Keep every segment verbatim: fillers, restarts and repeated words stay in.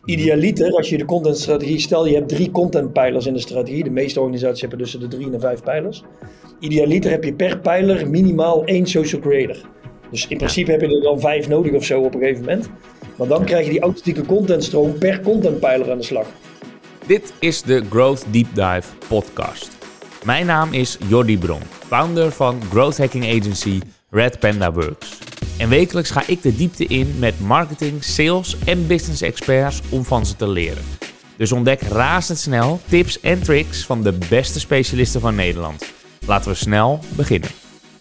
Idealiter, als je de contentstrategie... Stel, je hebt drie contentpijlers in de strategie. De meeste organisaties hebben tussen de drie en de vijf pijlers. Idealiter heb je per pijler minimaal één social creator. Dus in principe heb je er dan vijf nodig of zo op een gegeven moment. Maar dan krijg je die authentieke contentstroom per contentpijler aan de slag. Dit is de Growth Deep Dive podcast. Mijn naam is Jordi Bron, founder van growth hacking agency Red Panda Works. En wekelijks ga ik de diepte in met marketing, sales en business experts om van ze te leren. Dus ontdek razendsnel tips en tricks van de beste specialisten van Nederland. Laten we snel beginnen.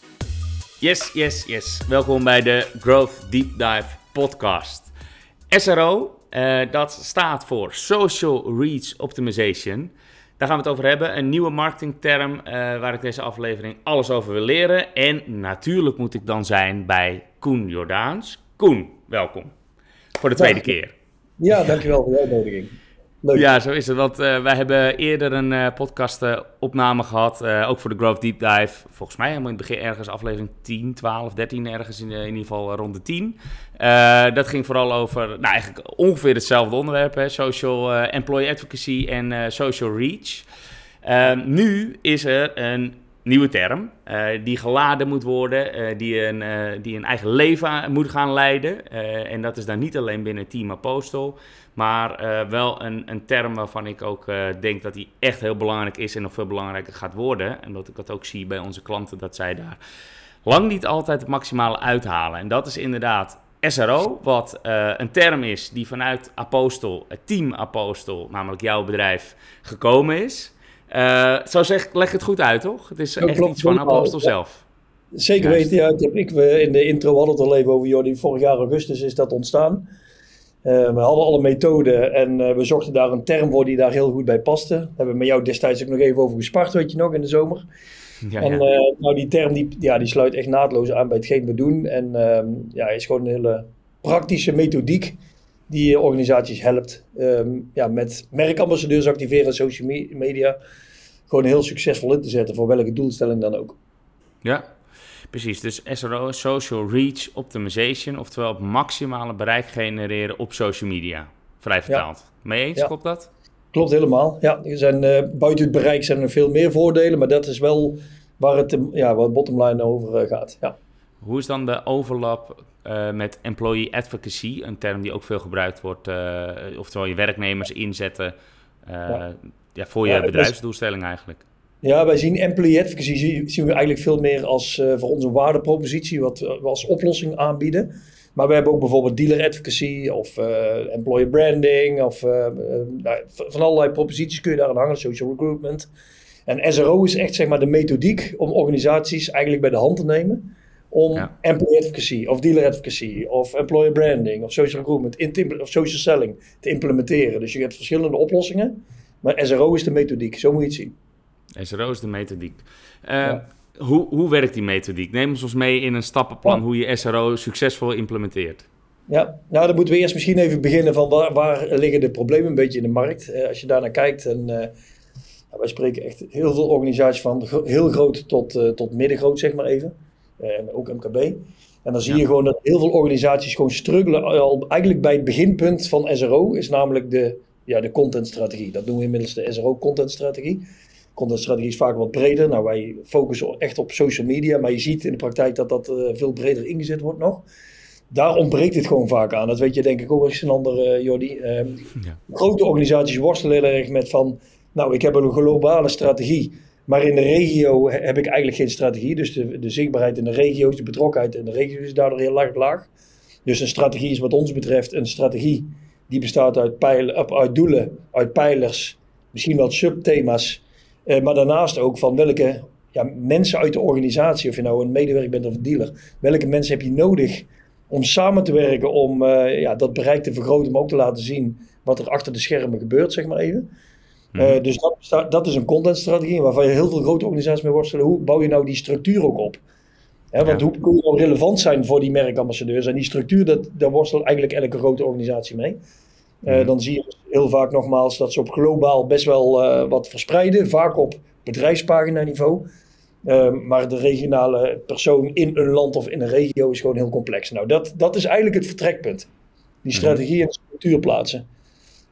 Yes, yes, yes. Welkom bij de Growth Deep Dive podcast. S R O, uh, dat staat voor Social Reach Optimization. Daar gaan we het over hebben. Een nieuwe marketingterm uh, waar ik deze aflevering alles over wil leren. En natuurlijk moet ik dan zijn bij Koen Jordaens. Koen, welkom. Voor de tweede ja, keer. Ja, dankjewel voor de uitnodiging. Leuk. Ja, zo is het. Want uh, wij hebben eerder een uh, podcast uh, opname gehad. Uh, ook voor de Growth Deep Dive. Volgens mij helemaal in het begin ergens aflevering tien, twaalf, dertien. Ergens in, uh, in ieder geval rond de tien. Uh, dat ging vooral over nou, eigenlijk ongeveer hetzelfde onderwerp. Hè? Social uh, Employee Advocacy en uh, Social Reach. Uh, nu is er een nieuwe term uh, die geladen moet worden. Uh, die, een, uh, die een eigen leven moet gaan leiden. Uh, en dat is dan niet alleen binnen Team Apostel. Maar uh, wel een, een term waarvan ik ook uh, denk dat die echt heel belangrijk is en nog veel belangrijker gaat worden. En dat ik dat ook zie bij onze klanten, dat zij daar lang niet altijd het maximale uithalen. En dat is inderdaad S R O, wat uh, een term is die vanuit Apostel, het Team Apostel, namelijk jouw bedrijf, gekomen is. Uh, zo zeg, leg het goed uit, toch? Het is Ja, echt klopt, iets van Apostel ja. zelf. Zeker Juist. weten, ja. Ik heb, ik, we in de intro hadden het al even over, Jordi. Vorig jaar augustus is dat ontstaan. Uh, we hadden alle methoden en uh, we zochten daar een term voor die daar heel goed bij paste. Daar hebben we met jou destijds ook nog even over gespart, weet je nog, in de zomer. Ja, en ja. Uh, nou, die term die, ja, die sluit echt naadloos aan bij hetgeen we doen. En uh, ja, is gewoon een hele praktische methodiek die organisaties helpt. Um, ja, met merkambassadeurs activeren en social me- media gewoon heel succesvol in te zetten voor welke doelstelling dan ook. Ja, precies. Dus S R O, Social Reach Optimization, oftewel het maximale bereik genereren op social media. Vrij vertaald. Ja. Mee eens, ja. Klopt dat? Klopt helemaal. Ja, er zijn, uh, buiten het bereik zijn er nog veel meer voordelen, maar dat is wel waar het, ja, waar het bottomline over uh, gaat. Ja. Hoe is dan de overlap uh, met employee advocacy, een term die ook veel gebruikt wordt, uh, oftewel je werknemers inzetten uh, ja. Ja, voor je ja, bedrijfsdoelstelling eigenlijk? Ja, wij zien employee advocacy zien we eigenlijk veel meer als uh, voor onze waardepropositie, wat we als oplossing aanbieden. Maar we hebben ook bijvoorbeeld dealer advocacy of uh, employer branding of uh, uh, nou, van allerlei proposities kun je daar aan hangen, social recruitment. En S R O is echt zeg maar de methodiek om organisaties eigenlijk bij de hand te nemen om ja. employee advocacy of dealer advocacy of employer branding of social recruitment in of social selling te implementeren. Dus je hebt verschillende oplossingen, maar S R O is de methodiek, zo moet je het zien. S R O is de methodiek. Uh, ja. hoe, hoe werkt die methodiek? Neem ons mee in een stappenplan ja. hoe je S R O succesvol implementeert. Ja, nou dan moeten we eerst misschien even beginnen van waar, waar liggen de problemen een beetje in de markt. Uh, als je daarnaar kijkt, en, uh, nou, wij spreken echt heel veel organisaties van gro- heel groot tot, uh, tot middengroot, zeg maar even. Uh, ook M K B. En dan zie ja. je gewoon dat heel veel organisaties gewoon struggelen al eigenlijk bij het beginpunt van S R O, is namelijk de, ja, de contentstrategie. Dat noemen we inmiddels de S R O contentstrategie. Contentstrategie is vaak wat breder. Nou, wij focussen echt op social media, maar je ziet in de praktijk dat dat uh, veel breder ingezet wordt nog. Daar ontbreekt het gewoon vaak aan. Dat weet je denk ik ook eens een ander, uh, Jordi. Uh, ja. Grote organisaties worstelen heel erg met van, nou, ik heb een globale strategie, maar in de regio heb ik eigenlijk geen strategie. Dus de, de zichtbaarheid in de regio's, de betrokkenheid in de regio is daardoor heel erg laag. Dus een strategie is wat ons betreft een strategie die bestaat uit, pijl, uit doelen, uit pijlers, misschien wel subthema's. Uh, maar daarnaast ook van welke ja, mensen uit de organisatie, of je nou een medewerker bent of een dealer, welke mensen heb je nodig om samen te werken, om uh, ja, dat bereik te vergroten, maar ook te laten zien wat er achter de schermen gebeurt, zeg maar even. Mm-hmm. Uh, dus dat, dat is een contentstrategie waarvan je heel veel grote organisaties mee worstelen. Hoe bouw je nou die structuur ook op? Hè, want ja. hoe kun je nou relevant zijn voor die merkambassadeurs? En die structuur, dat, daar worstelt eigenlijk elke grote organisatie mee. Uh, mm-hmm. Dan zie je heel vaak nogmaals dat ze op globaal best wel uh, wat verspreiden, vaak op bedrijfspagina niveau. Uh, maar de regionale persoon in een land of in een regio is gewoon heel complex. Nou, dat, dat is eigenlijk het vertrekpunt. Die strategie en de structuur plaatsen.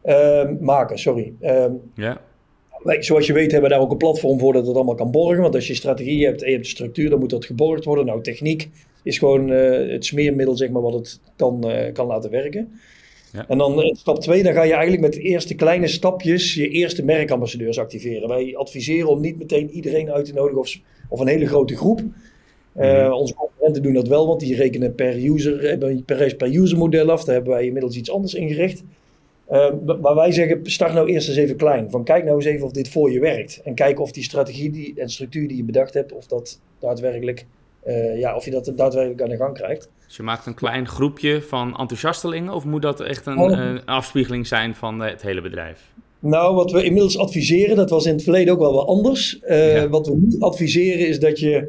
uh, maken. Sorry. Uh, ja. wij, zoals je weet hebben we daar ook een platform voor dat het allemaal kan borgen. Want als je strategie hebt en je hebt de structuur, dan moet dat geborgd worden. Nou, techniek is gewoon uh, het smeermiddel, zeg maar, wat het kan, uh, kan laten werken. Ja. En dan uh, stap twee, dan ga je eigenlijk met de eerste kleine stapjes je eerste merkambassadeurs activeren. Wij adviseren om niet meteen iedereen uit te nodigen of, of een hele grote groep. Uh, mm-hmm. Onze concurrenten doen dat wel, want die rekenen per user, per, per user model af. Daar hebben wij inmiddels iets anders ingericht. Uh, maar wij zeggen, start nou eerst eens even klein. Van kijk nou eens even of dit voor je werkt. En kijk of die strategie die, en structuur die je bedacht hebt, of dat daadwerkelijk, uh, ja, of je dat daadwerkelijk aan de gang krijgt. Dus je maakt een klein groepje van enthousiastelingen, of moet dat echt een, oh. een afspiegeling zijn van het hele bedrijf? Nou, wat we inmiddels adviseren, dat was in het verleden ook wel wat anders. Uh, ja. Wat we nu adviseren is dat je,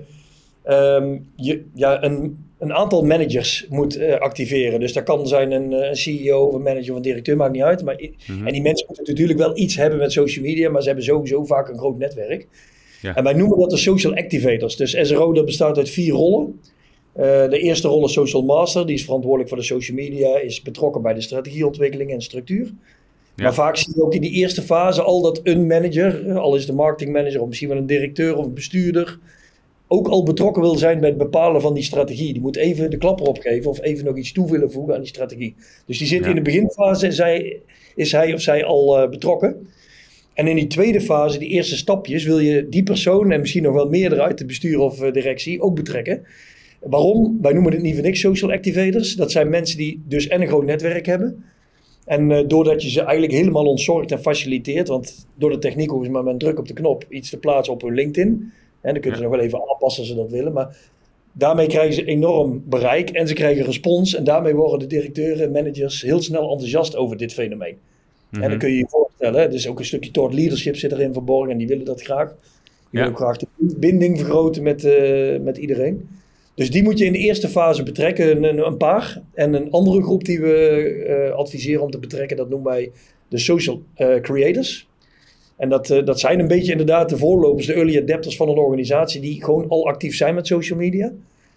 um, je ja, een, een aantal managers moet uh, activeren. Dus dat kan zijn een, een C E O of een manager of een directeur, maakt niet uit. Maar, mm-hmm. En die mensen moeten natuurlijk wel iets hebben met social media, maar ze hebben sowieso vaak een groot netwerk. Ja. En wij noemen dat de social activators. Dus S R O, dat bestaat uit vier rollen. Uh, de eerste rol is social master, die is verantwoordelijk voor de social media, is betrokken bij de strategieontwikkeling en structuur. Ja. Maar vaak zie je ook in die eerste fase al dat een manager, al is de marketingmanager of misschien wel een directeur of een bestuurder, ook al betrokken wil zijn bij het bepalen van die strategie. Die moet even de klapper opgeven of even nog iets toe willen voegen aan die strategie. Dus die zit ja. in de beginfase, zij, is hij of zij al uh, betrokken. En in die tweede fase, die eerste stapjes, wil je die persoon en misschien nog wel meerdere uit de bestuur of uh, directie ook betrekken. Waarom? Wij noemen het niet voor niks social activators. Dat zijn mensen die dus en een groot netwerk hebben. En uh, doordat je ze eigenlijk helemaal ontzorgt en faciliteert, want door de techniek hoeven ze maar met een druk op de knop iets te plaatsen op hun LinkedIn. En dan kunnen ze ja. nog wel even aanpassen als ze dat willen. Maar daarmee krijgen ze enorm bereik en ze krijgen respons. En daarmee worden de directeuren en managers heel snel enthousiast over dit fenomeen. Mm-hmm. En dan kun je je voorstellen, hè, dus ook een stukje thought leadership zit erin verborgen en die willen dat graag. Die ja. willen ook graag de binding vergroten met, uh, met iedereen. Dus die moet je in de eerste fase betrekken, een, een paar. En een andere groep die we uh, adviseren om te betrekken, dat noemen wij de social uh, creators. En dat, uh, dat zijn een beetje inderdaad de voorlopers, de early adapters van een organisatie die gewoon al actief zijn met social media.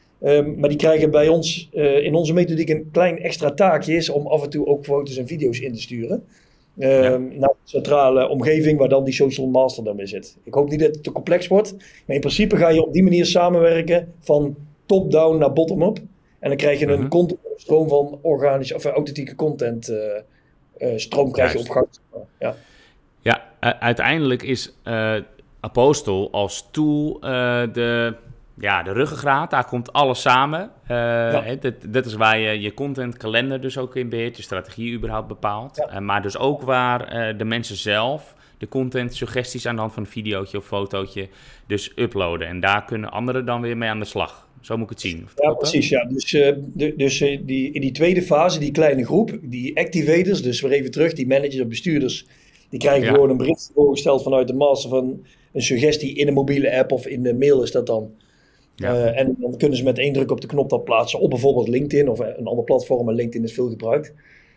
Um, maar die krijgen bij ons uh, in onze methodiek een klein extra taakje is om af en toe ook foto's en video's in te sturen. Um, ja. Naar de centrale omgeving waar dan die social master dan mee zit. Ik hoop niet dat het te complex wordt. Maar in principe ga je op die manier samenwerken van top-down naar bottom-up. En dan krijg je een uh-huh. content, stroom van organische of authentieke content uh, uh, stroom krijg je op gang. Ja, ja uh, uiteindelijk is uh, Apostel als tool uh, de, ja, de ruggengraat. Daar komt alles samen. Uh, ja. hè, dat, dat is waar je je contentkalender dus ook in beheert, je strategie überhaupt bepaalt. Ja. Uh, maar dus ook waar uh, de mensen zelf de content suggesties aan de hand van een videootje of fotootje dus uploaden. En daar kunnen anderen dan weer mee aan de slag. Zo moet ik het zien. Ja, precies. Ja. Dus, uh, de, dus uh, die, in die tweede fase, die kleine groep, die activators, dus weer even terug, die managers of bestuurders, die krijgen ja. gewoon een bericht voorgesteld vanuit de master van een suggestie in een mobiele app of in de mail is dat dan. Ja. Uh, en dan kunnen ze met één druk op de knop dat plaatsen op bijvoorbeeld LinkedIn of een ander platform, maar LinkedIn is veel gebruikt.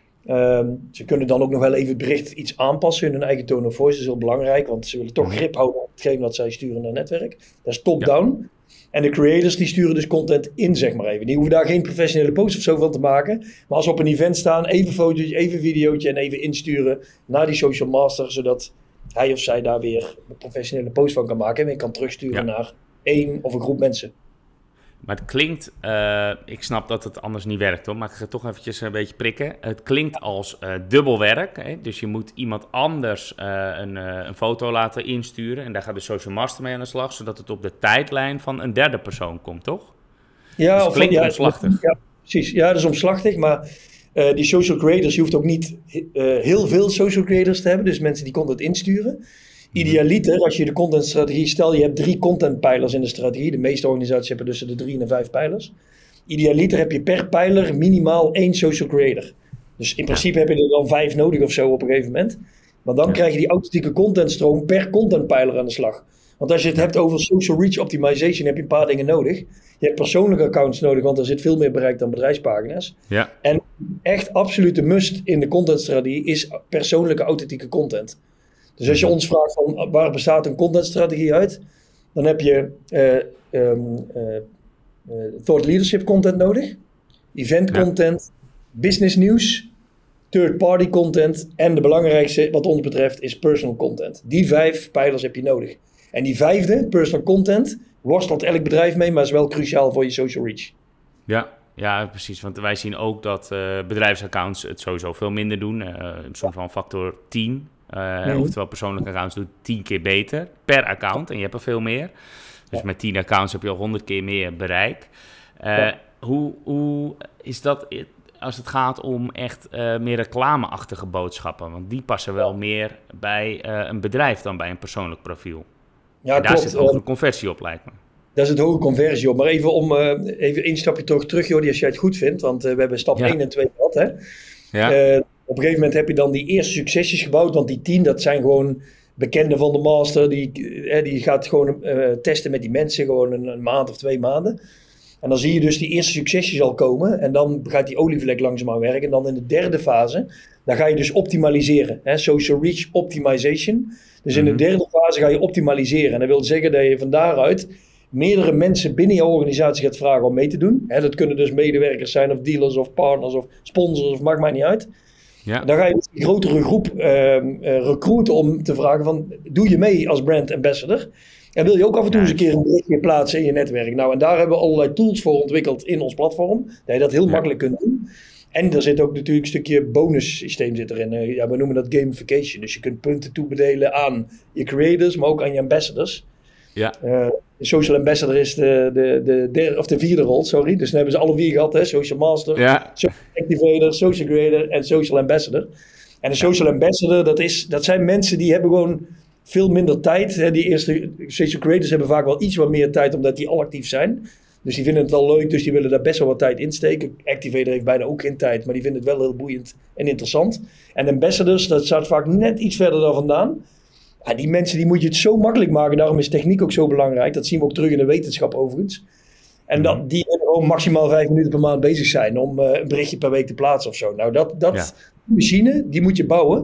Um, ze kunnen dan ook nog wel even het bericht iets aanpassen in hun eigen tone of voice. Dat is heel belangrijk, want ze willen toch grip houden op hetgeen wat zij sturen naar het netwerk. Dat is top-down. Ja. En de creators die sturen dus content in, zeg maar even. Die hoeven daar geen professionele post of zo van te maken. Maar als ze op een event staan, even fotootje, even videootje en even insturen naar die social master, zodat hij of zij daar weer een professionele post van kan maken en weer kan terugsturen ja. naar één of een groep mensen. Maar het klinkt, uh, ik snap dat het anders niet werkt hoor, maar ik ga toch eventjes een beetje prikken. Het klinkt als uh, dubbel werk, hè? Dus je moet iemand anders uh, een, uh, een foto laten insturen en daar gaat de social master mee aan de slag, zodat het op de tijdlijn van een derde persoon komt, toch? Ja, dus het klinkt ja, omslachtig. Ja, precies. Ja, dat is omslachtig, maar uh, die social creators, je hoeft ook niet uh, heel veel social creators te hebben, dus mensen die content insturen. Idealiter, als je de contentstrategie, stel je hebt drie contentpijlers in de strategie. De meeste organisaties hebben tussen de drie en de vijf pijlers. Idealiter heb je per pijler minimaal één social creator. Dus in principe ja. heb je er dan vijf nodig of zo op een gegeven moment. Maar dan ja. krijg je die authentieke contentstroom per contentpijler aan de slag. Want als je het hebt over social reach optimization, heb je een paar dingen nodig. Je hebt persoonlijke accounts nodig, want er zit veel meer bereik dan bedrijfspagina's. Ja. En echt absolute must in de contentstrategie is persoonlijke authentieke content. Dus als je ons vraagt van waar bestaat een contentstrategie uit, dan heb je uh, um, uh, uh, thought leadership content nodig, event content, ja. business nieuws, third-party content en de belangrijkste wat ons betreft is personal content. Die vijf pijlers heb je nodig. En die vijfde, personal content, worstelt elk bedrijf mee, maar is wel cruciaal voor je social reach. Ja, ja precies. Want wij zien ook dat uh, bedrijfsaccounts het sowieso veel minder doen. Uh, soms van factor tien. Uh, mm-hmm. Oftewel persoonlijke accounts doen tien keer beter per account. En je hebt er veel meer. Dus ja. Met tien accounts heb je al honderd keer meer bereik. Uh, ja. hoe, hoe is dat als het gaat om echt uh, meer reclameachtige boodschappen? Want die passen wel meer bij uh, een bedrijf dan bij een persoonlijk profiel. Ja, en daar klopt. Zit hogere uh, conversie op, lijkt me. Daar zit hoge conversie op. Maar even om uh, even één stapje toch terug, Jordi, als jij het goed vindt. Want uh, we hebben stap ja. één en twee gehad. Hè? Ja. Uh, op een gegeven moment heb je dan die eerste succesjes gebouwd. Want die tien, dat zijn gewoon bekenden van de master. Die, uh, die gaat gewoon uh, testen met die mensen. Gewoon een, een maand of twee maanden. En dan zie je dus die eerste succesjes al komen. En dan gaat die olievlek langzaamaan werken. En dan in de derde fase, dan ga je dus optimaliseren. Hè? Social reach optimization. Dus in de derde fase ga je optimaliseren. En dat wil zeggen dat je van daaruit meerdere mensen binnen je organisatie gaat vragen om mee te doen. Hè, dat kunnen dus medewerkers zijn of dealers of partners of sponsors of maakt mij niet uit. Ja. Dan ga je een grotere groep uh, uh, recruiten om te vragen van, doe je mee als brand ambassador? En wil je ook af en toe eens een keer een berichtje plaatsen in je netwerk? Nou, en daar hebben we allerlei tools voor ontwikkeld in ons platform. Dat je dat heel ja. makkelijk kunt doen. En er zit ook natuurlijk een stukje bonus systeem zit erin. Uh, ja, we noemen dat gamification. Dus je kunt punten toebedelen aan je creators, maar ook aan je ambassadors. Ja. Uh, de social ambassador is de, de, de, de, of de vierde rol, sorry. Dus dan hebben ze alle vier gehad, hè. Social master, ja. social activator, social creator en social ambassador. En een social ambassador, dat, is, dat zijn mensen die hebben gewoon veel minder tijd. Hè. Die eerste social creators hebben vaak wel iets wat meer tijd, omdat die al actief zijn. Dus die vinden het al leuk, dus die willen daar best wel wat tijd in steken. Activator heeft bijna ook geen tijd, maar die vinden het wel heel boeiend en interessant. En ambassadors, dat staat vaak net iets verder daar vandaan. Ja, die mensen die moet je het zo makkelijk maken. Daarom is techniek ook zo belangrijk. Dat zien we ook terug in de wetenschap overigens. En dat, die gewoon maximaal vijf minuten per maand bezig zijn om uh, een berichtje per week te plaatsen of zo. Nou, dat, dat ja. die machine, die moet je bouwen.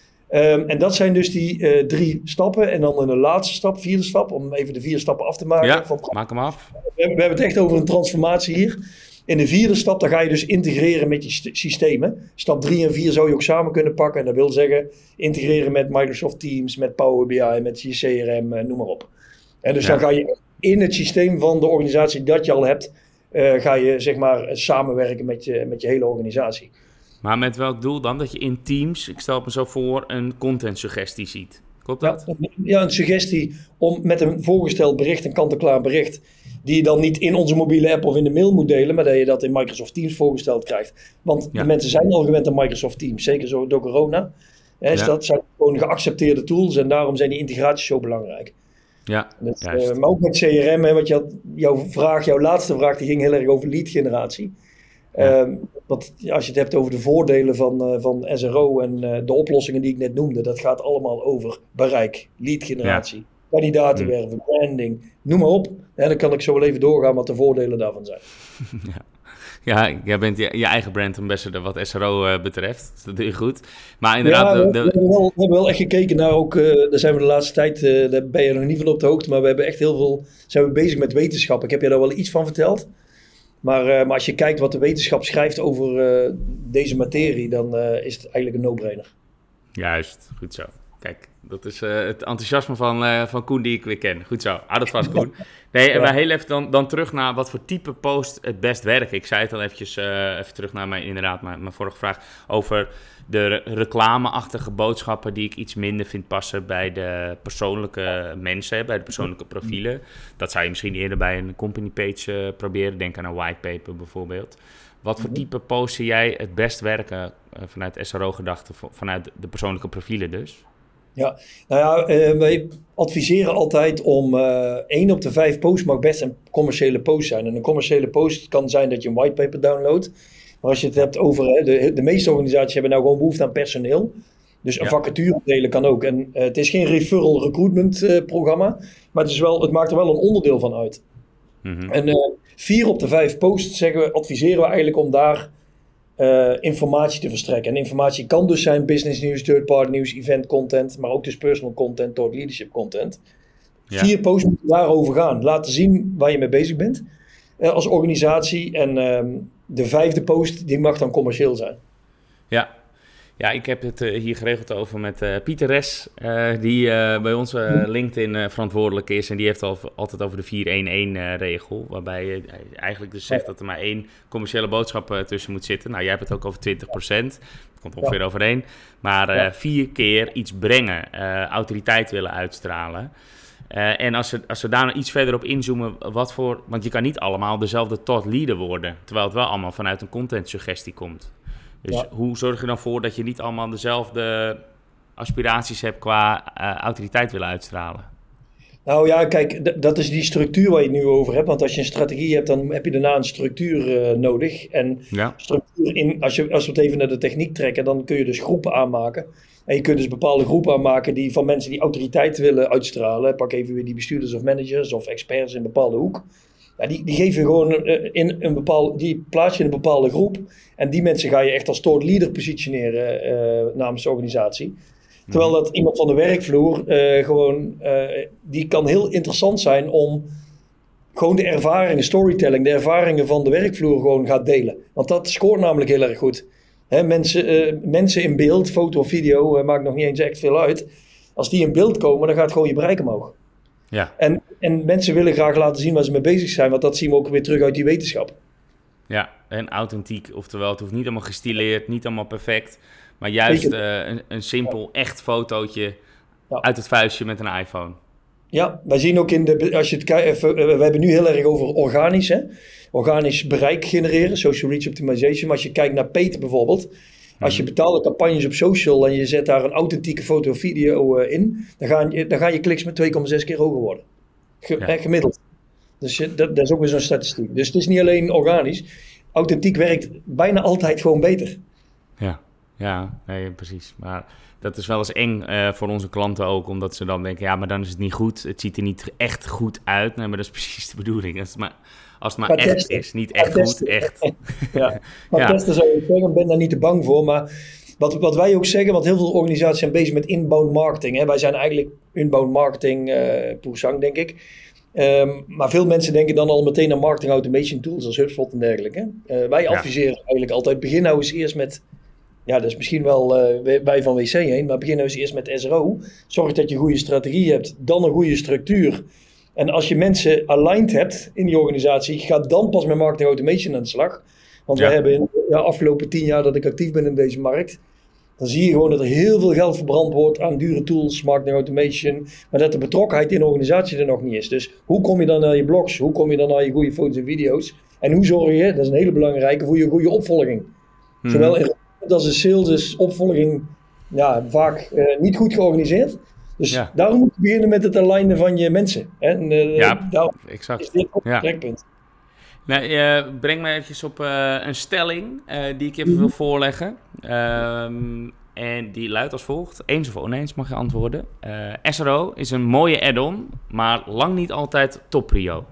Um, en dat zijn dus die uh, drie stappen. En dan een laatste stap, vierde stap, om even de vier stappen af te maken. Ja, van, maak hem af. We, we hebben het echt over een transformatie hier. In de vierde stap, dan ga je dus integreren met je st- systemen. Stap drie en vier zou je ook samen kunnen pakken. En dat wil zeggen, integreren met Microsoft Teams, met Power B I, met je C R M, noem maar op. En dus ja. dan ga je in het systeem van de organisatie dat je al hebt, uh, ga je zeg maar samenwerken met je, met je hele organisatie. Maar met welk doel dan? Dat je in Teams, ik stel het me zo voor, een content suggestie ziet. Klopt dat? Ja, ja, een suggestie om met een voorgesteld bericht, een kant-en-klaar bericht, die je dan niet in onze mobiele app of in de mail moet delen, maar dat je dat in Microsoft Teams voorgesteld krijgt. Want ja. de mensen zijn al gewend aan Microsoft Teams, zeker zo door corona. Hè, ja. Dat zijn gewoon geaccepteerde tools en daarom zijn die integraties zo belangrijk. Ja, dus, uh, maar ook met C R M, hè, want je had, jouw vraag, jouw laatste vraag, die ging heel erg over lead generatie. Ja. Um, want als je het hebt over de voordelen van, uh, van S R O en uh, de oplossingen die ik net noemde, dat gaat allemaal over bereik, lead generatie, ja. kandidaten mm. werven, branding, noem maar op. En dan kan ik zo wel even doorgaan wat de voordelen daarvan zijn. Ja. Ja, jij bent je, je eigen brand ambassador wat S R O uh, betreft. Dat doe je goed. Maar inderdaad... Ja, we, de, de... we, hebben wel, we hebben wel echt gekeken naar ook... Uh, daar zijn we de laatste tijd... Uh, daar ben je nog niet van op de hoogte. Maar we hebben echt heel veel... Zijn we bezig met wetenschap. Ik heb je daar wel iets van verteld. Maar, uh, maar als je kijkt wat de wetenschap schrijft over uh, deze materie... dan uh, is het eigenlijk een no-brainer. Juist, goed zo. Kijk, dat is uh, het enthousiasme van, uh, van Koen die ik weer ken. Goed zo, hou dat vast, Koen. Nee, ja. Maar heel even dan, dan terug naar wat voor type post het best werkt. Ik zei het al eventjes, uh, even terug naar mijn, inderdaad, mijn, mijn vorige vraag... over de re- reclameachtige boodschappen die ik iets minder vind passen... bij de persoonlijke mensen, bij de persoonlijke profielen. Dat zou je misschien eerder bij een company page uh, proberen. Denk aan een whitepaper bijvoorbeeld. Wat voor type post zie jij het best werken uh, vanuit S R O-gedachten... vanuit de persoonlijke profielen dus? Ja, nou ja, uh, wij adviseren altijd om uh, één op de vijf posts mag best een commerciële post zijn. En een commerciële post kan zijn dat je een whitepaper downloadt. Maar als je het hebt over, hè, de, de meeste organisaties hebben nou gewoon behoefte aan personeel. Dus een ja. vacature delen kan ook. En uh, het is geen referral recruitment uh, programma, maar het, is wel, het maakt er wel een onderdeel van uit. Mm-hmm. En uh, vier op de vijf posts zeggen we, adviseren we eigenlijk om daar... Uh, informatie te verstrekken. En informatie kan dus zijn business nieuws, third party nieuws, event content, maar ook dus personal content, thought leadership content. Ja. Vier posts moeten daarover gaan. Laten zien waar je mee bezig bent uh, als organisatie. En um, de vijfde post, die mag dan commercieel zijn. Ja. Ja, ik heb het uh, hier geregeld over met uh, Pieter Res, uh, die uh, bij ons uh, LinkedIn uh, verantwoordelijk is. En die heeft al, altijd over de vier één één uh, regel, waarbij je uh, eigenlijk dus zegt dat er maar één commerciële boodschap uh, tussen moet zitten. Nou, jij hebt het ook over twintig procent, dat komt ongeveer ja. overeen. Maar uh, ja. vier keer iets brengen, uh, autoriteit willen uitstralen. Uh, en als we, als we daar nog iets verder op inzoomen, wat voor... Want je kan niet allemaal dezelfde thought leader worden, terwijl het wel allemaal vanuit een content suggestie komt. Dus ja. hoe zorg je dan voor dat je niet allemaal dezelfde aspiraties hebt qua uh, autoriteit willen uitstralen? Nou ja, kijk, d- dat is die structuur waar je het nu over hebt. Want als je een strategie hebt, dan heb je daarna een structuur uh, nodig. En ja. structuur in, als, je, als we het even naar de techniek trekken, dan kun je dus groepen aanmaken. En je kunt dus bepaalde groepen aanmaken die, van mensen die autoriteit willen uitstralen. Pak even weer die bestuurders of managers of experts in een bepaalde hoek. Ja, die, die geef je gewoon uh, in een bepaalde, die plaats je in een bepaalde groep. En die mensen ga je echt als thought leader positioneren uh, namens de organisatie. Terwijl dat iemand van de werkvloer uh, gewoon, uh, die kan heel interessant zijn om gewoon de ervaringen, storytelling, de ervaringen van de werkvloer gewoon gaat delen. Want dat scoort namelijk heel erg goed. Hè, mensen, uh, mensen in beeld, foto of video, uh, maakt nog niet eens echt veel uit. Als die in beeld komen, dan gaat gewoon je bereik omhoog. Ja. En, en mensen willen graag laten zien waar ze mee bezig zijn, want dat zien we ook weer terug uit die wetenschap. Ja, en authentiek, oftewel het hoeft niet allemaal gestileerd, niet allemaal perfect, maar juist uh, een, een simpel, echt fotootje ja. uit het vuistje met een iPhone. Ja, wij zien ook in de, als je het kijkt, we hebben nu heel erg over organisch, hè? Organisch bereik genereren, social reach optimization. Maar als je kijkt naar paid bijvoorbeeld, als je betaalde campagnes op social en je zet daar een authentieke foto of video uh, in, dan gaan, dan gaan je kliks met twee komma zes keer hoger worden. Ge, ja. eh, gemiddeld. Dus je, dat, dat is ook weer zo'n statistiek. Dus het is niet alleen organisch. Authentiek werkt bijna altijd gewoon beter. Ja, ja, nee, precies. Maar dat is wel eens eng uh, voor onze klanten ook, omdat ze dan denken, ja, maar dan is het niet goed. Het ziet er niet echt goed uit. Nee, maar dat is precies de bedoeling. Als het maar, als het maar echt testen. is, niet echt goed, testen. echt. Ja, maar ja. testen zou ik zeggen, ik ben daar niet te bang voor. Maar wat, wat wij ook zeggen, want heel veel organisaties zijn bezig met inbound marketing. Hè. Wij zijn eigenlijk inbound marketing uh, poesang, denk ik. Um, maar veel mensen denken dan al meteen aan marketing automation tools als HubSpot en dergelijke. Uh, wij adviseren ja. eigenlijk altijd, begin nou eens eerst met, ja, dat is misschien wel uh, wij van W C heen, maar begin nou eens eerst met S R O. Zorg dat je een goede strategie hebt, dan een goede structuur. En als je mensen aligned hebt in die organisatie, ga dan pas met marketing automation aan de slag. Want ja. we hebben in de ja, afgelopen tien jaar dat ik actief ben in deze markt, dan zie je gewoon dat er heel veel geld verbrand wordt aan dure tools, marketing automation, maar dat de betrokkenheid in de organisatie er nog niet is. Dus hoe kom je dan naar je blogs? Hoe kom je dan naar je goede foto's en video's? En hoe zorg je, dat is een hele belangrijke, voor je goede opvolging? Hmm. Zowel in als in sales is opvolging ja, vaak uh, niet goed georganiseerd. Dus ja. daarom moet je beginnen met het alignen van je mensen. En uh, ja, daarom exact. is dit ook ja. het trekpunt. Nou, uh, breng me eventjes op uh, een stelling uh, die ik even wil voorleggen. Um, en die luidt als volgt. Eens of oneens mag je antwoorden. Uh, S R O is een mooie add-on, maar lang niet altijd topprio.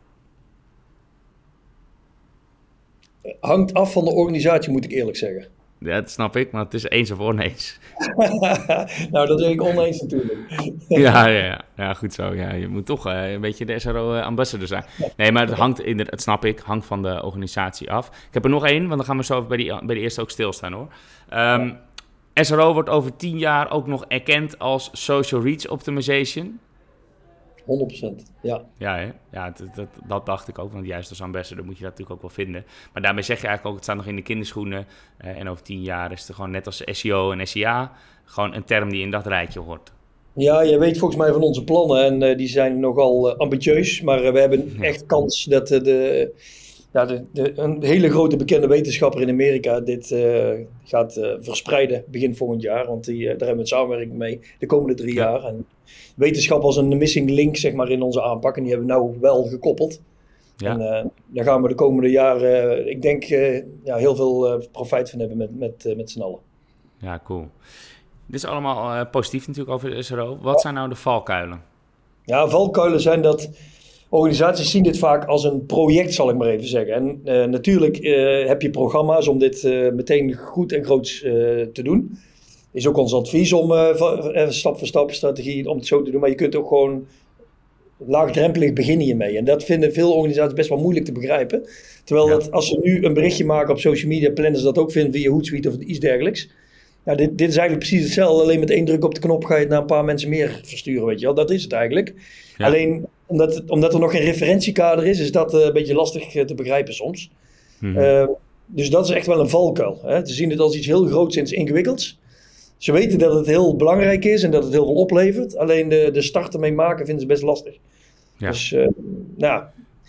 Hangt af van de organisatie, moet ik eerlijk zeggen. Ja, dat snap ik, maar het is eens of oneens. Nou, dat zeg ik oneens natuurlijk. ja, ja, ja, ja, goed zo. Ja, je moet toch uh, een beetje de S R O-ambassador zijn. Nee, maar het hangt, inderdaad, het snap ik, hangt van de organisatie af. Ik heb er nog één, want dan gaan we zo bij, die, bij de eerste ook stilstaan hoor. Um, S R O wordt over tien jaar ook nog erkend als social reach optimization. honderd procent, ja. Ja, hè? ja dat, dat, dat dacht ik ook. Want juist als ambassador moet je dat natuurlijk ook wel vinden. Maar daarmee zeg je eigenlijk ook, het staat nog in de kinderschoenen. Uh, en over tien jaar is het gewoon net als S E O en S E A... gewoon een term die in dat rijtje hoort. Ja, je weet volgens mij van onze plannen. En uh, die zijn nogal uh, ambitieus. Maar uh, we hebben ja. echt kans dat uh, de, ja, de, de, een hele grote bekende wetenschapper in Amerika... dit uh, gaat uh, verspreiden begin volgend jaar. Want die, uh, daar hebben we een samenwerking mee de komende drie ja. jaar. En wetenschap als een missing link zeg maar, in onze aanpak. En die hebben we nou wel gekoppeld. Ja. En uh, daar gaan we de komende jaren, uh, ik denk, uh, ja, heel veel uh, profijt van hebben met, met, uh, met z'n allen. Ja, cool. Dit is allemaal uh, positief natuurlijk over de S R O. Wat zijn nou de valkuilen? Ja, valkuilen zijn dat organisaties zien dit vaak als een project, zal ik maar even zeggen. En uh, natuurlijk uh, heb je programma's om dit uh, meteen goed en groots uh, te doen. Is ook ons advies om uh, stap voor stap strategie om het zo te doen. Maar je kunt ook gewoon laagdrempelig beginnen hiermee. En dat vinden veel organisaties best wel moeilijk te begrijpen. Terwijl ja. dat, als ze nu een berichtje maken op social media, plannen ze dat ook vinden via Hootsuite of iets dergelijks. Ja, dit, dit is eigenlijk precies hetzelfde. Alleen met één druk op de knop ga je het naar een paar mensen meer versturen, weet je wel. Dat is het eigenlijk. Ja. Alleen, omdat, het, omdat er nog geen referentiekader is, is dat uh, een beetje lastig uh, te begrijpen soms. Mm-hmm. Uh, dus dat is echt wel een valkuil. Hè? Ze zien het als iets heel groots en ingewikkelds. Ze weten dat het heel belangrijk is en dat het heel veel oplevert. Alleen de, de start ermee maken vinden ze best lastig. Ja. Dus, uh, nou...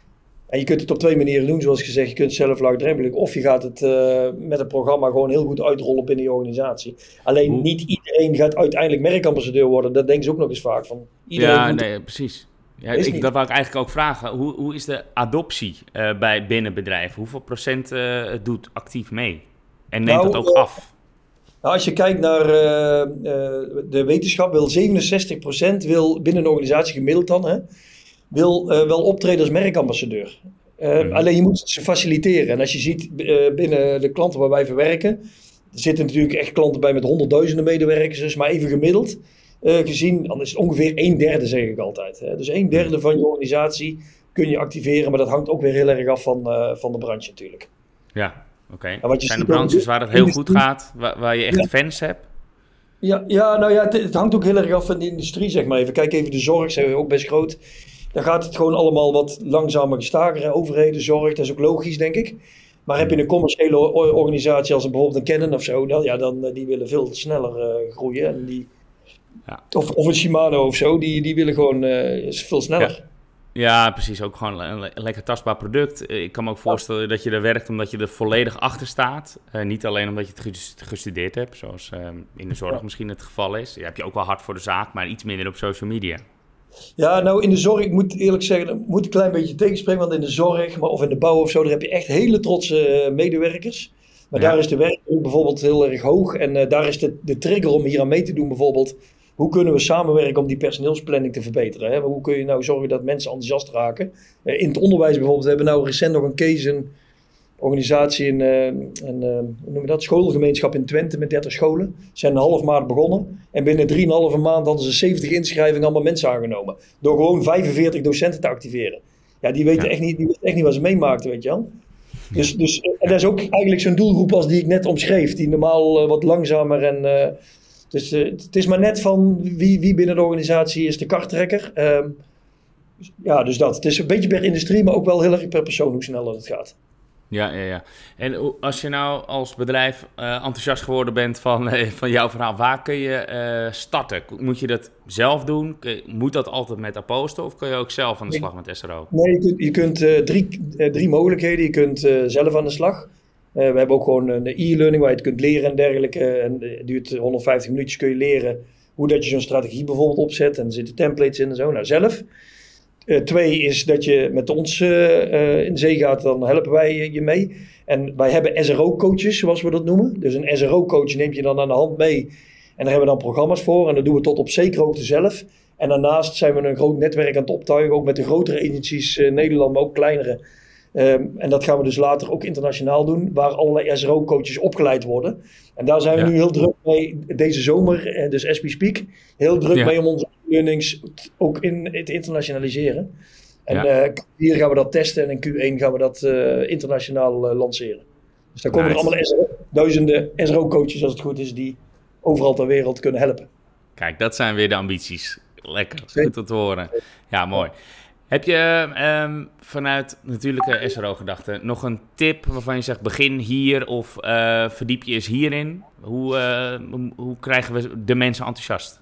En je kunt het op twee manieren doen, zoals gezegd. Je kunt het zelf laagdrempelig. Of je gaat het uh, met een programma gewoon heel goed uitrollen binnen je organisatie. Alleen Hoe? niet iedereen gaat uiteindelijk merkambassadeur worden. Dat denken ze ook nog eens vaak van. Ja, moet... nee, precies. Ja, ik, dat wou ik eigenlijk ook vragen. Hoe, hoe is de adoptie uh, bij binnen bedrijven? Hoeveel procent uh, doet actief mee? En neemt nou, dat ook uh, af? Nou, als je kijkt naar uh, uh, de wetenschap, wil zevenenzestig procent wil binnen een organisatie gemiddeld dan... Hè, wil uh, wel optreden als merkambassadeur. Uh, mm. Alleen je moet ze faciliteren. En als je ziet uh, binnen de klanten waar wij verwerken, er zitten natuurlijk echt klanten bij met honderdduizenden medewerkers, dus maar even gemiddeld uh, gezien, dan is het ongeveer een derde, zeg ik altijd. Hè. Dus een derde van je organisatie kun je activeren, maar dat hangt ook weer heel erg af van, uh, van de branche natuurlijk. Ja, oké. Okay. Zijn er branches waar het heel goed gaat, waar, waar je echt ja. fans hebt? Ja, ja, nou ja, het, het hangt ook heel erg af van de industrie, zeg maar even. Kijk even de zorg, zijn we ook best groot. Dan gaat het gewoon allemaal wat langzamer gestager. Overheden, zorg, dat is ook logisch, denk ik. Maar heb je een commerciële organisatie als een, bijvoorbeeld een Canon of zo, dan, ja, dan die willen veel sneller uh, groeien. En die, ja. of, of een Shimano of zo, die, die willen gewoon uh, veel sneller. Ja. Ja, precies. Ook gewoon een, een lekker tastbaar product. Ik kan me ook voorstellen ja. dat je er werkt omdat je er volledig achter staat. Uh, niet alleen omdat je het gestudeerd hebt, zoals uh, in de zorg ja. misschien het geval is. Je hebt je ook wel hard voor de zaak, maar iets minder op social media. Ja, nou in de zorg, ik moet eerlijk zeggen, dat moet een klein beetje tegenspreken, want in de zorg maar, of in de bouw of zo, daar heb je echt hele trotse uh, medewerkers. Maar ja. daar is de werkdruk bijvoorbeeld heel erg hoog en uh, daar is de, de trigger om hier aan mee te doen bijvoorbeeld. Hoe kunnen we samenwerken om die personeelsplanning te verbeteren? Hè? Hoe kun je nou zorgen dat mensen enthousiast raken? Uh, in het onderwijs bijvoorbeeld, we hebben nou recent nog een case, een organisatie, in, uh, een, uh, hoe noem je dat, schoolgemeenschap in Twente met dertig scholen. Ze zijn een half maart begonnen en binnen drieënhalve maand hadden ze zeventig inschrijvingen, allemaal mensen aangenomen. Door gewoon vijfenveertig docenten te activeren. Ja, die weten ja. echt niet, die weten echt niet wat ze meemaakten, weet je wel. Dus, dus, en dat is ook eigenlijk zo'n doelgroep als die ik net omschreef, die normaal uh, wat langzamer en... Uh, Dus uh, het is maar net van wie, wie binnen de organisatie is de karttrekker. Uh, ja, dus dat. Het is een beetje per industrie, maar ook wel heel erg per persoon hoe sneller het gaat. Ja, ja, ja. En als je nou als bedrijf uh, enthousiast geworden bent van, uh, van jouw verhaal, waar kun je uh, starten? Moet je dat zelf doen? Moet dat altijd met Aposto of kun je ook zelf aan de slag met S R O? Nee, je kunt, je kunt uh, drie, uh, drie mogelijkheden. Je kunt uh, zelf aan de slag. Uh, we hebben ook gewoon een e-learning waar je het kunt leren en dergelijke. En het duurt honderdvijftig minuutjes, kun je leren hoe dat je zo'n strategie bijvoorbeeld opzet. En er zitten templates in en zo. Nou, zelf. Uh, twee is dat je met ons uh, uh, in zee gaat, dan helpen wij je mee. En wij hebben S R O-coaches, zoals we dat noemen. Dus een S R O-coach neemt je dan aan de hand mee. En daar hebben we dan programma's voor. En dat doen we tot op zekere hoogte zelf. En daarnaast zijn we een groot netwerk aan het optuigen. Ook met de grotere agencies in uh, Nederland, maar ook kleinere. Um, en dat gaan we dus later ook internationaal doen, waar allerlei S R O-coaches opgeleid worden. En daar zijn we ja. nu heel druk mee, deze zomer, dus as we speak, heel druk ja. mee om onze learnings ook in te internationaliseren. En ja. uh, hier gaan we dat testen en in Q één gaan we dat uh, internationaal uh, lanceren. Dus daar komen nice. er allemaal S R O, duizenden S R O-coaches, als het goed is, die overal ter wereld kunnen helpen. Kijk, dat zijn weer de ambities. Lekker, goed om te horen. Ja, mooi. Heb je um, vanuit natuurlijke S R O-gedachten nog een tip waarvan je zegt begin hier of uh, verdiep je eens hierin? Hoe, uh, hoe, hoe krijgen we de mensen enthousiast?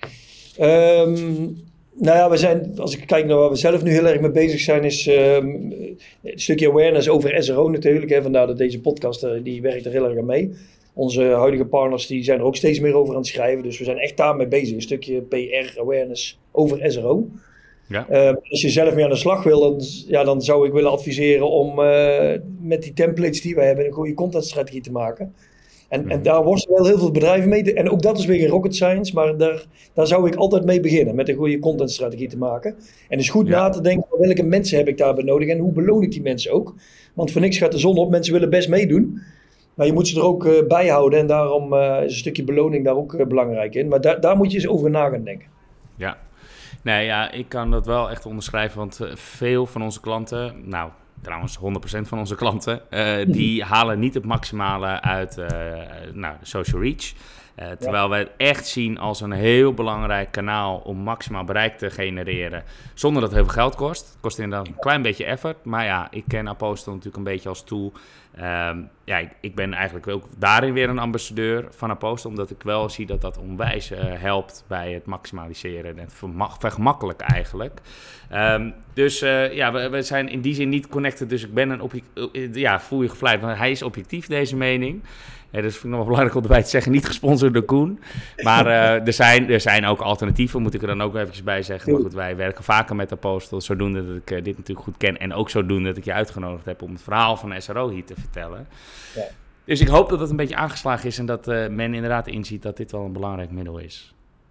Um, nou ja, we zijn, als ik kijk naar waar we zelf nu heel erg mee bezig zijn, is um, een stukje awareness over S R O natuurlijk. Hè, vandaar dat deze podcast, uh, die werkt er heel erg aan mee. Onze huidige partners die zijn er ook steeds meer over aan het schrijven. Dus we zijn echt daarmee bezig. Een stukje P R, awareness over S R O. Ja. Uh, als je zelf mee aan de slag wil, dan, ja, dan zou ik willen adviseren om uh, met die templates die wij hebben een goede contentstrategie te maken. En, mm-hmm. en daar worstelen wel heel veel bedrijven mee. En ook dat is weer geen rocket science, maar daar, daar zou ik altijd mee beginnen, met een goede contentstrategie te maken. En dus goed ja. na te denken, welke mensen heb ik daarbij nodig en hoe beloon ik die mensen ook. Want voor niks gaat de zon op, mensen willen best meedoen. Maar je moet ze er ook uh, bij houden en daarom uh, is een stukje beloning daar ook uh, belangrijk in. Maar da- daar moet je eens over na gaan denken. Ja. Nee, ja, ik kan dat wel echt onderschrijven, want veel van onze klanten, nou, trouwens honderd procent van onze klanten, uh, die halen niet het maximale uit uh, nou, de social reach. Uh, terwijl ja. wij het echt zien als een heel belangrijk kanaal om maximaal bereik te genereren, zonder dat het heel veel geld kost. Het kost inderdaad een klein beetje effort, maar ja, ik ken Apostel natuurlijk een beetje als tool. Um, ja, ik, ik ben eigenlijk ook daarin weer een ambassadeur van Apostel, omdat ik wel zie dat dat onwijs uh, helpt bij het maximaliseren en het verma- vergemakkelijken eigenlijk. Um, dus uh, ja, we, we zijn in die zin niet connected, dus ik ben een object- uh, ja, voel je gevleid, want hij is objectief, deze mening. Ja, dus vind ik nog wel belangrijk om erbij te zeggen, niet gesponsord door Koen. Maar uh, er, zijn, er zijn ook alternatieven, moet ik er dan ook even bij zeggen. Maar goed, wij werken vaker met Apostel, zodoende dat ik uh, dit natuurlijk goed ken. En ook zodoende dat ik je uitgenodigd heb om het verhaal van S R O hier te vertellen. Ja. Dus ik hoop dat het een beetje aangeslagen is en dat uh, men inderdaad inziet dat dit wel een belangrijk middel is.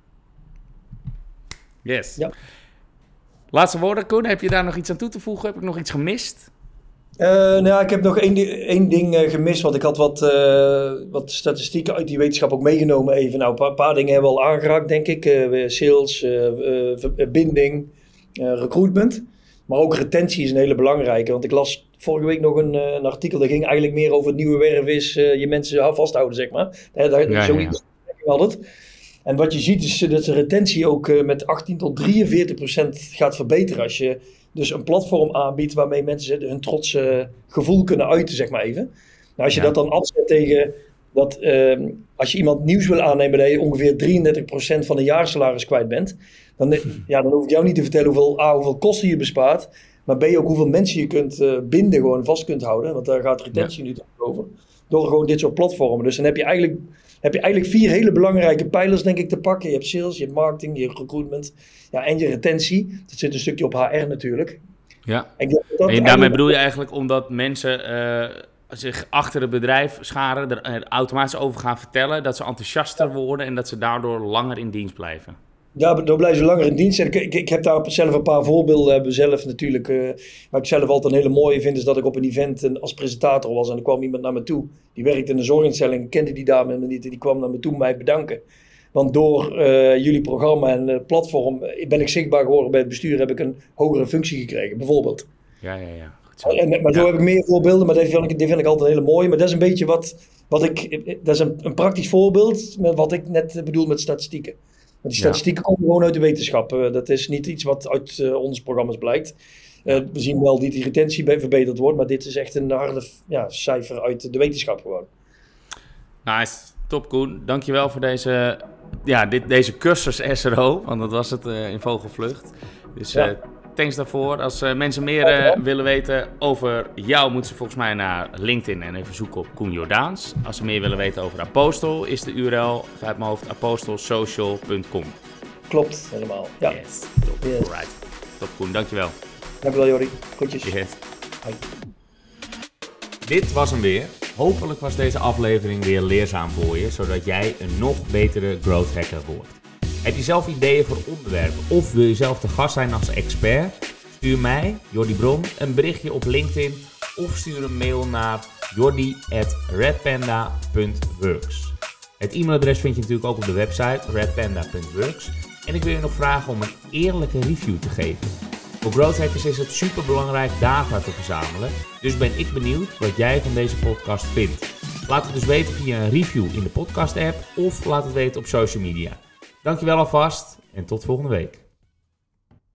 Yes. Ja. Laatste woorden, Koen. Heb je daar nog iets aan toe te voegen? Heb ik nog iets gemist? Uh, nou ja, ik heb nog één, één ding uh, gemist, want ik had wat, uh, wat statistieken uit die wetenschap ook meegenomen even. Nou, een paar, paar dingen hebben we al aangeraakt, denk ik. Uh, sales, uh, uh, binding, uh, recruitment. Maar ook retentie is een hele belangrijke, want ik las vorige week nog een, uh, een artikel, dat ging eigenlijk meer over het nieuwe werf is uh, je mensen vasthouden, zeg maar. Uh, daar, ja, zoiets ja. had het. En wat je ziet is dat de retentie ook uh, met achttien tot drieënveertig procent gaat verbeteren als je dus een platform aanbiedt waarmee mensen hun trotse gevoel kunnen uiten, zeg maar even. Nou, als je ja. dat dan afzet tegen dat uh, als je iemand nieuws wil aannemen dat je ongeveer drieëndertig procent van een jaarsalaris kwijt bent, dan, ja, dan hoef ik jou niet te vertellen hoeveel, A, hoeveel kosten je bespaart, maar B, ook hoeveel mensen je kunt uh, binden, gewoon vast kunt houden. Want daar gaat retentie ja. nu over. Door gewoon dit soort platformen. Dus dan heb je eigenlijk... heb je eigenlijk vier hele belangrijke pijlers, denk ik, te pakken. Je hebt sales, je hebt marketing, je hebt recruitment, ja, en je retentie. Dat zit een stukje op H R natuurlijk. Ja, en, dat en daarmee eigenlijk... bedoel je eigenlijk omdat mensen uh, zich achter het bedrijf scharen, er, er automatisch over gaan vertellen, dat ze enthousiaster worden en dat ze daardoor langer in dienst blijven. Ja, daar blijven ze langer in dienst. Ik, ik, ik heb daar zelf een paar voorbeelden hebben zelf natuurlijk. Uh, wat ik zelf altijd een hele mooie vind, is dat ik op een event als presentator was. En er kwam iemand naar me toe. Die werkte in een zorginstelling. Ik kende die dame niet. Die kwam naar me toe om mij bedanken. Want door uh, jullie programma en uh, platform ben ik zichtbaar geworden bij het bestuur. Heb ik een hogere functie gekregen, bijvoorbeeld. Ja, ja, ja. Zo. En, maar zo ja. heb ik meer voorbeelden. Maar die vind ik, die vind ik altijd hele mooi. Maar dat is een beetje wat, wat ik... Dat is een, een praktisch voorbeeld met wat ik net bedoel met statistieken. Want die statistieken ja. komen gewoon uit de wetenschap. Uh, dat is niet iets wat uit uh, onze programma's blijkt. Uh, we zien wel dat die retentie verbeterd wordt, maar dit is echt een harde ja, cijfer uit de wetenschap gewoon. Nice, top Koen. Dankjewel voor deze, ja, dit, deze cursus S R O, want dat was het uh, in vogelvlucht. Dus uh, ja. thanks daarvoor. Als uh, mensen meer uh, ja. willen weten over jou, moeten ze volgens mij naar LinkedIn en even zoeken op Koen Jordaens. Als ze meer willen weten over Apostel, is de U R L uit mijn hoofd apostelsocial punt com. Klopt, helemaal. Ja. Yes, top. Yes. Alright. Top Koen, dankjewel. Dankjewel Jordi. Groetjes. Yes. Hoi. Dit was hem weer. Hopelijk was deze aflevering weer leerzaam voor je, zodat jij een nog betere growth hacker wordt. Heb je zelf ideeën voor onderwerpen of wil je zelf te gast zijn als expert? Stuur mij, Jordi Bron, een berichtje op LinkedIn of stuur een mail naar jordi at redpanda punt works. Het e-mailadres vind je natuurlijk ook op de website redpanda punt works. En ik wil je nog vragen om een eerlijke review te geven. Voor growth hackers is het super belangrijk data te verzamelen, dus ben ik benieuwd wat jij van deze podcast vindt. Laat het dus weten via een review in de podcast app of laat het weten op social media. Dankjewel alvast en tot volgende week.